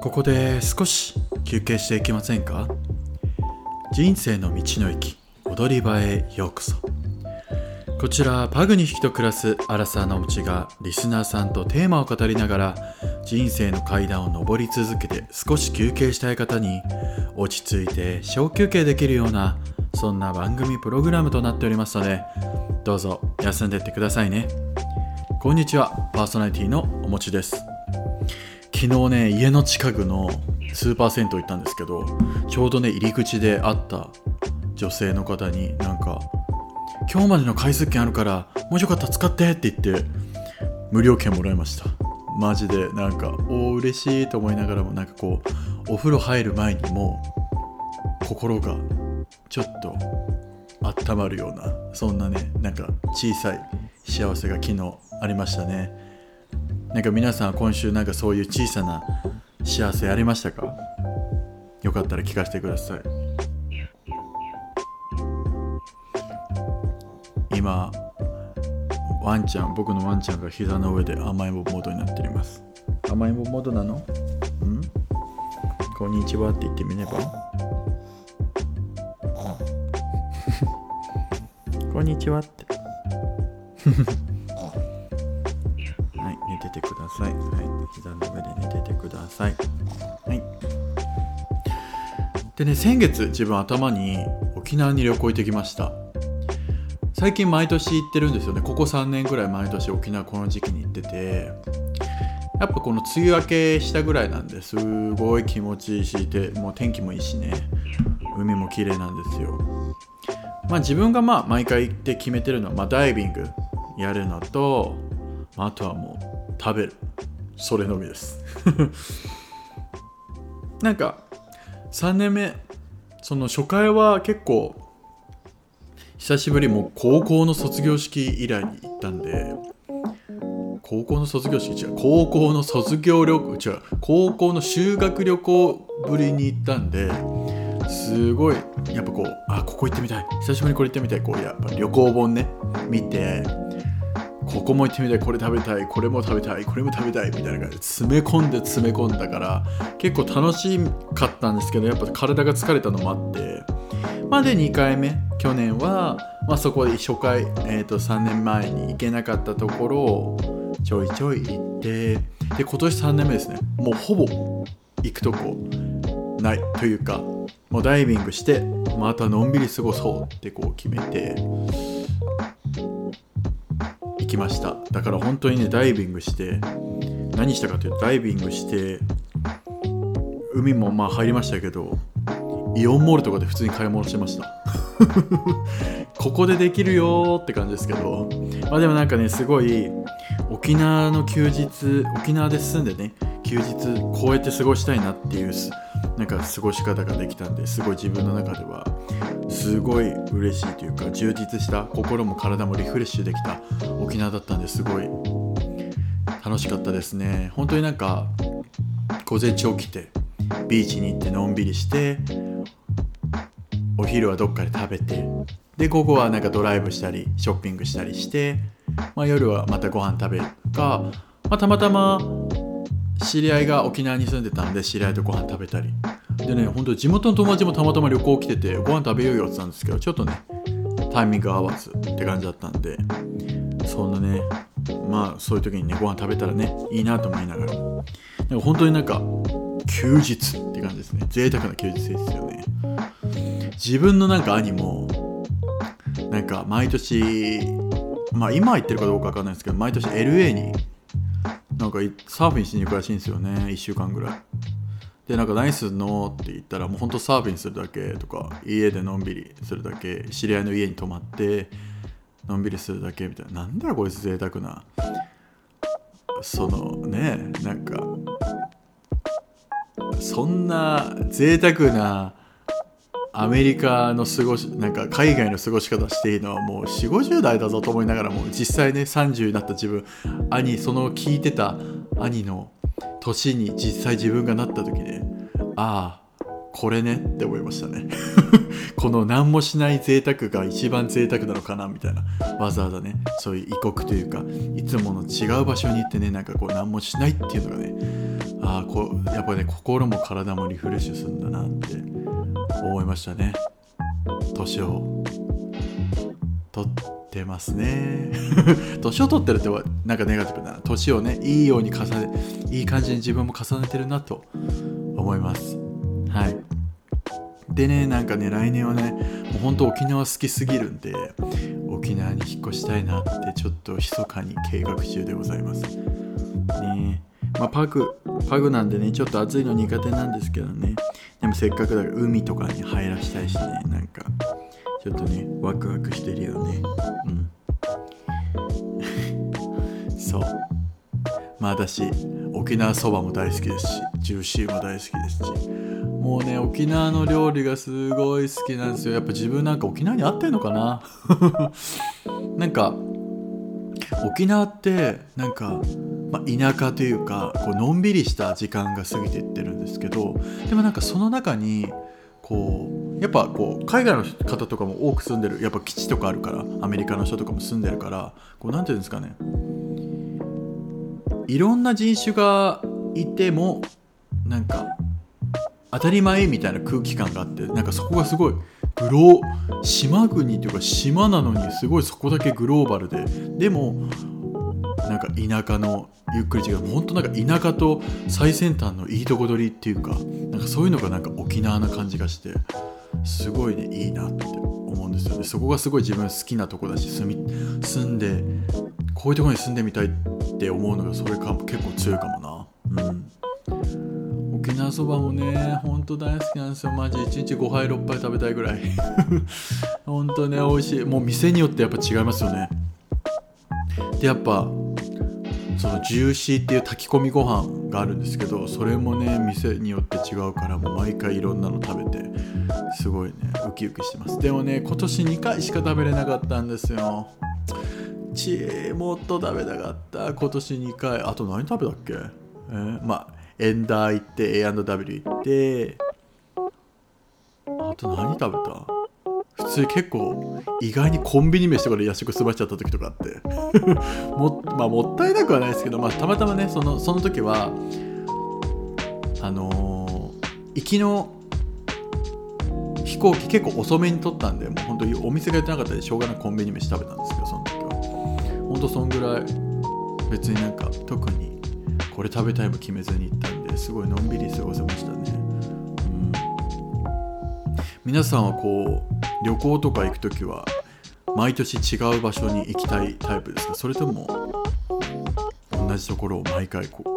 ここで少し休憩していきませんか？人生の道の駅踊り場へようこそ。こちらパグ2匹と暮らすアラサーのおうちがリスナーさんとテーマを語りながら人生の階段を上り続けて少し休憩したい方に落ち着いて小休憩できるようなそんな番組プログラムとなっておりますので、どうぞ休んでってくださいね。こんにちは、パーソナリティのおもちです。昨日ね、家の近くのスーパー銭湯行ったんですけど、ちょうどね入り口で会った女性の方に今日までの回数券あるからもしよかったら使ってって言って無料券もらいました。マジで嬉しいと思いながらもお風呂入る前にも心がちょっと温まるようなそんなね小さい幸せが昨日ありましたね。皆さんは今週そういう小さな幸せありましたか？よかったら聞かせてください。今僕のワンちゃんが膝の上で甘えん坊モードになっております。甘えん坊モードなの？こんにちはって言ってみればこんにちはってはい、寝ててください。はい、膝の上で寝ててください。はい。でね、先月自分頭に沖縄に旅行行ってきました。最近毎年行ってるんですよね。ここ3年ぐらい毎年沖縄この時期に行ってて、やっぱこの梅雨明けしたぐらいなんですごい気持ちいいし、もう天気もいいしね、海も綺麗なんですよ。自分が毎回行って決めてるのはダイビングやるのと、あとはもう食べる、それのみです3年目その初回は結構久しぶり、もう高校の卒業式以来に行ったんで、高校の修学旅行ぶりに行ったんで、すごいやっぱここ行ってみたい、久しぶりにこれ行ってみたい、やっぱ旅行本ね見て、ここも行ってみたい、これ食べたい、これも食べたい、これも食べたいみたいな感じで詰め込んだから結構楽しかったんですけど、やっぱ体が疲れたのもあって、で2回目去年は、そこで初回、3年前に行けなかったところをちょいちょい行って、で今年3年目ですね。もうほぼ行くとこないというか、もうダイビングしてまたのんびり過ごそうって決めて行きました。だから本当にね、ダイビングして何したかというと、ダイビングして海も入りましたけど、イオンモールとかで普通に買い物してましたここでできるよって感じですけど、でもすごい沖縄の休日、沖縄で住んでね休日こうやって過ごしたいなっていう過ごし方ができたんで、すごい自分の中ではすごい嬉しいというか、充実した心も体もリフレッシュできた沖縄だったんで、すごい楽しかったですね。本当に午前中起きてビーチに行ってのんびりして、お昼はどっかで食べて、で午後はドライブしたりショッピングしたりして、夜はまたご飯食べるか、たまたま知り合いが沖縄に住んでたんで知り合いとご飯食べたりでね、本当地元の友達もたまたま旅行来ててご飯食べようよって言ったんですけど、ちょっとねタイミング合わずって感じだったんで、そんなねそういう時にねご飯食べたらねいいなと思いながら、本当に休日って感じですね。贅沢な休日ですよね。自分の兄も毎年今行ってるかどうかわかんないですけど、毎年 LA にサーフィンしに行くらしいんですよね。1週間ぐらいで何するのって言ったら、もうほんとサーフィンするだけとか、家でのんびりするだけ、知り合いの家に泊まってのんびりするだけみたいな。なんだこいつ贅沢な、そのねそんな贅沢なアメリカの海外の過ごし方していいのはもう 40,50 代だぞと思いながらも、実際ね30になった自分、その聞いてた兄の年に実際自分がなった時ね、これねって思いましたねこの何もしない贅沢が一番贅沢なのかなみたいな。わざわざねそういう異国というかいつもの違う場所に行ってね何もしないっていうのがね、 やっぱね心も体もリフレッシュするんだなって思いましたね。年を取ってますね年を取ってるってなんかネガティブな、年をねいいようにいい感じに自分も重ねてるなと思います。はい。でね、なんかね来年はねもう本当沖縄好きすぎるんで沖縄に引っ越したいなってちょっと密かに計画中でございますね。パグなんでねちょっと暑いの苦手なんですけどね、でもせっかくだから海とかに入らしたいしね、なんかちょっとねワクワクしてるよね。そうだし沖縄そばも大好きですしジューシーも大好きですし、もうね沖縄の料理がすごい好きなんですよ。やっぱ自分なんか沖縄に合ってんのかななんか沖縄ってなんか、田舎というかこうのんびりした時間が過ぎていってるんですけど、でもなんかその中にやっぱ海外の方とかも多く住んでる、やっぱ基地とかあるから、アメリカの人とかも住んでるからなんていうんですかね、いろんな人種がいてもなんか当たり前みたいな空気感があって、なんかそこがすごい島国というか島なのにすごいそこだけグローバルでもなんか田舎のゆっくり違う、本当なんか田舎と最先端のいいとこ取りっていうか、なんかそういうのがなんか沖縄な感じがしてすごいねいいなって思うんですよね。そこがすごい自分好きなとこだし、住んでこういうところに住んでみたいって思うのがそれか結構強いかもな。沖縄そばもねほんと大好きなんですよ。マジ1日5杯6杯食べたいぐらいほんとね美味しい。もう店によってやっぱ違いますよね。でやっぱそのジューシーっていう炊き込みご飯があるんですけど、それもね店によって違うからもう毎回いろんなの食べてすごいねウキウキしてます。でもね今年2回しか食べれなかったんですよ。もっと食べたかった。今年2回。あと何食べたっけ。エンダー行って A&W 行って、あと何食べた。普通結構意外にコンビニ飯とかで夜食済ましちゃった時とかあってもったいなくはないですけど、たまたまねその時は行きの飛行機結構遅めに取ったんで、もう本当にお店がやってなかったんでしょうがないコンビニ飯食べたんですけど、その時は本当そんぐらい別になんか特にこれ食べたいも決めずに行ったんですごいのんびり過ごせましたね。皆さんは旅行とか行くときは毎年違う場所に行きたいタイプですか、それとも同じところを毎回行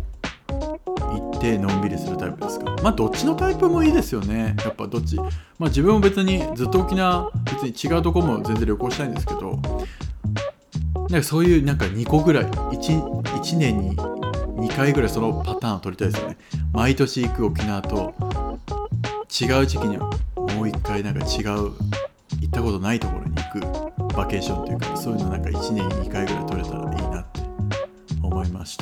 ってのんびりするタイプですか。どっちのタイプもいいですよね。やっぱどっち、自分も別にずっと沖縄別に違うところも全然旅行したいんですけど、なんかそういうなんか2個ぐらい 1年に2回ぐらいそのパターンを取りたいですよね。毎年行く沖縄と違う時期にはもう1回なんか違う行ったことないところに行くバケーションというか、そういうのなんか1年に2回ぐらい取れたらいいなって思いました。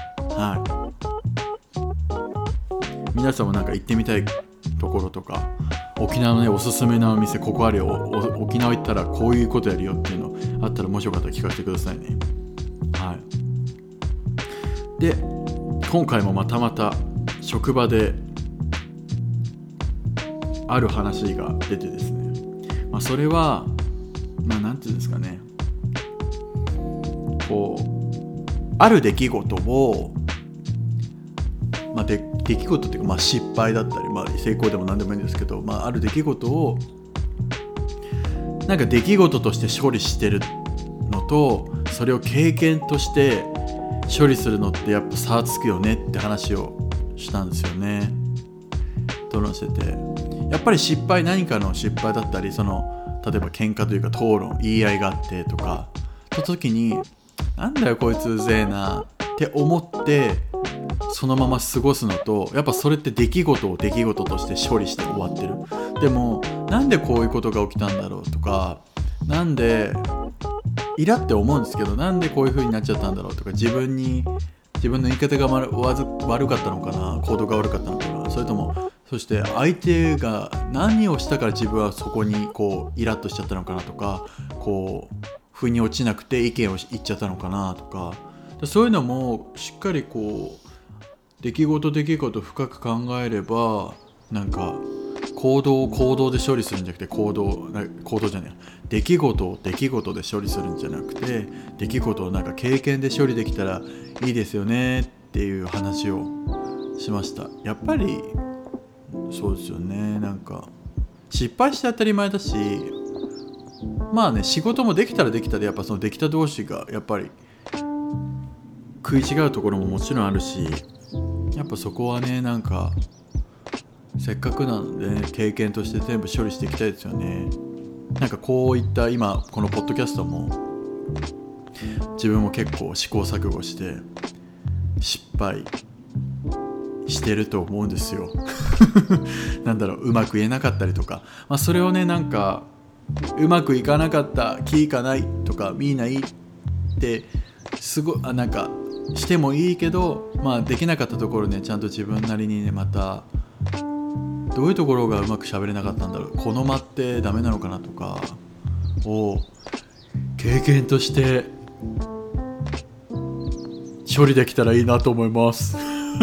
皆さんもなんか行ってみたいところとか、沖縄のねおすすめなお店ここあるよ、沖縄行ったらこういうことやるよっていうのあったらもしよかったら聞かせてくださいね。で今回もまた職場である話が出てですね、それはなんていうんですかね、ある出来事を出来事っていうか失敗だったり、成功でも何でもいいんですけど、ある出来事をなんか出来事として処理してるのと、それを経験として処理するのってやっぱ差つくよねって話をしたんですよね。討論してて、やっぱり何かの失敗だったり、例えば喧嘩というか討論言い合いがあってとかた時に、なんだよこいつうぜえなって思ってそのまま過ごすのと、やっぱそれって出来事を出来事として処理して終わってる。でもなんでこういうことが起きたんだろうとか、なんでイラって思うんですけど、なんでこういう風になっちゃったんだろうとか、自分の言い方が悪かったのかな、行動が悪かったのかな、それともそして相手が何をしたから自分はそこにイラッとしちゃったのかなとか、腑に落ちなくて意見を言っちゃったのかなとか、そういうのもしっかり出出来事深く考えればなんか行動で処理するんじゃなくて行動じゃない出来事を出来事で処理するんじゃなくて出来事をなんか経験で処理できたらいいですよねっていう話をしました。やっぱりそうですよね。なんか失敗して当たり前だし、まあね仕事もできたらできたでやっぱそのできた同士がやっぱり食い違うところももちろんあるし、やっぱそこはねなんかせっかくなので、ね、経験として全部処理していきたいですよね。なんかこういった今このポッドキャストも自分も結構試行錯誤して失敗してると思うんですよなんだろううまく言えなかったりとか、まあ、それをねなんかうまくいかなかった気いかないとか見ないってすごいなんかしてもいいけど、まあできなかったところねちゃんと自分なりにねまたどういうところがうまく喋れなかったんだろう、この間ってダメなのかなとかを経験として処理できたらいいなと思います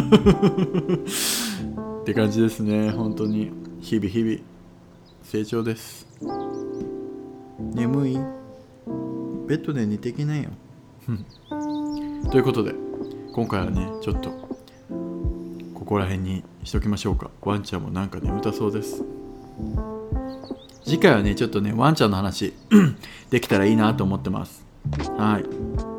って感じですね。本当に日々成長です。眠い？ベッドで寝ていけないよということで今回はねちょっとここら辺にしときましょうか。ワンちゃんもなんか眠たそうです。次回はねちょっとねワンちゃんの話できたらいいなと思ってます。はい、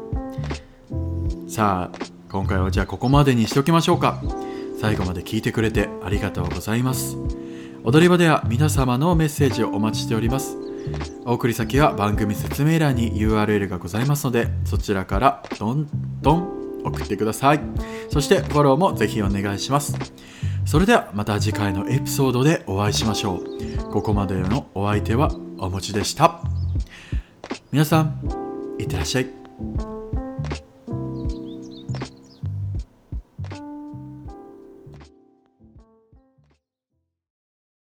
さあ今回はじゃあここまでにしときましょうか。最後まで聞いてくれてありがとうございます。踊り場では皆様のメッセージをお待ちしております。お送り先は番組説明欄に URL がございますのでそちらからどんどん送ってください。そしてフォローもぜひお願いします。それではまた次回のエピソードでお会いしましょう。ここまでのお相手はおもちでした。皆さんいってらっしゃい。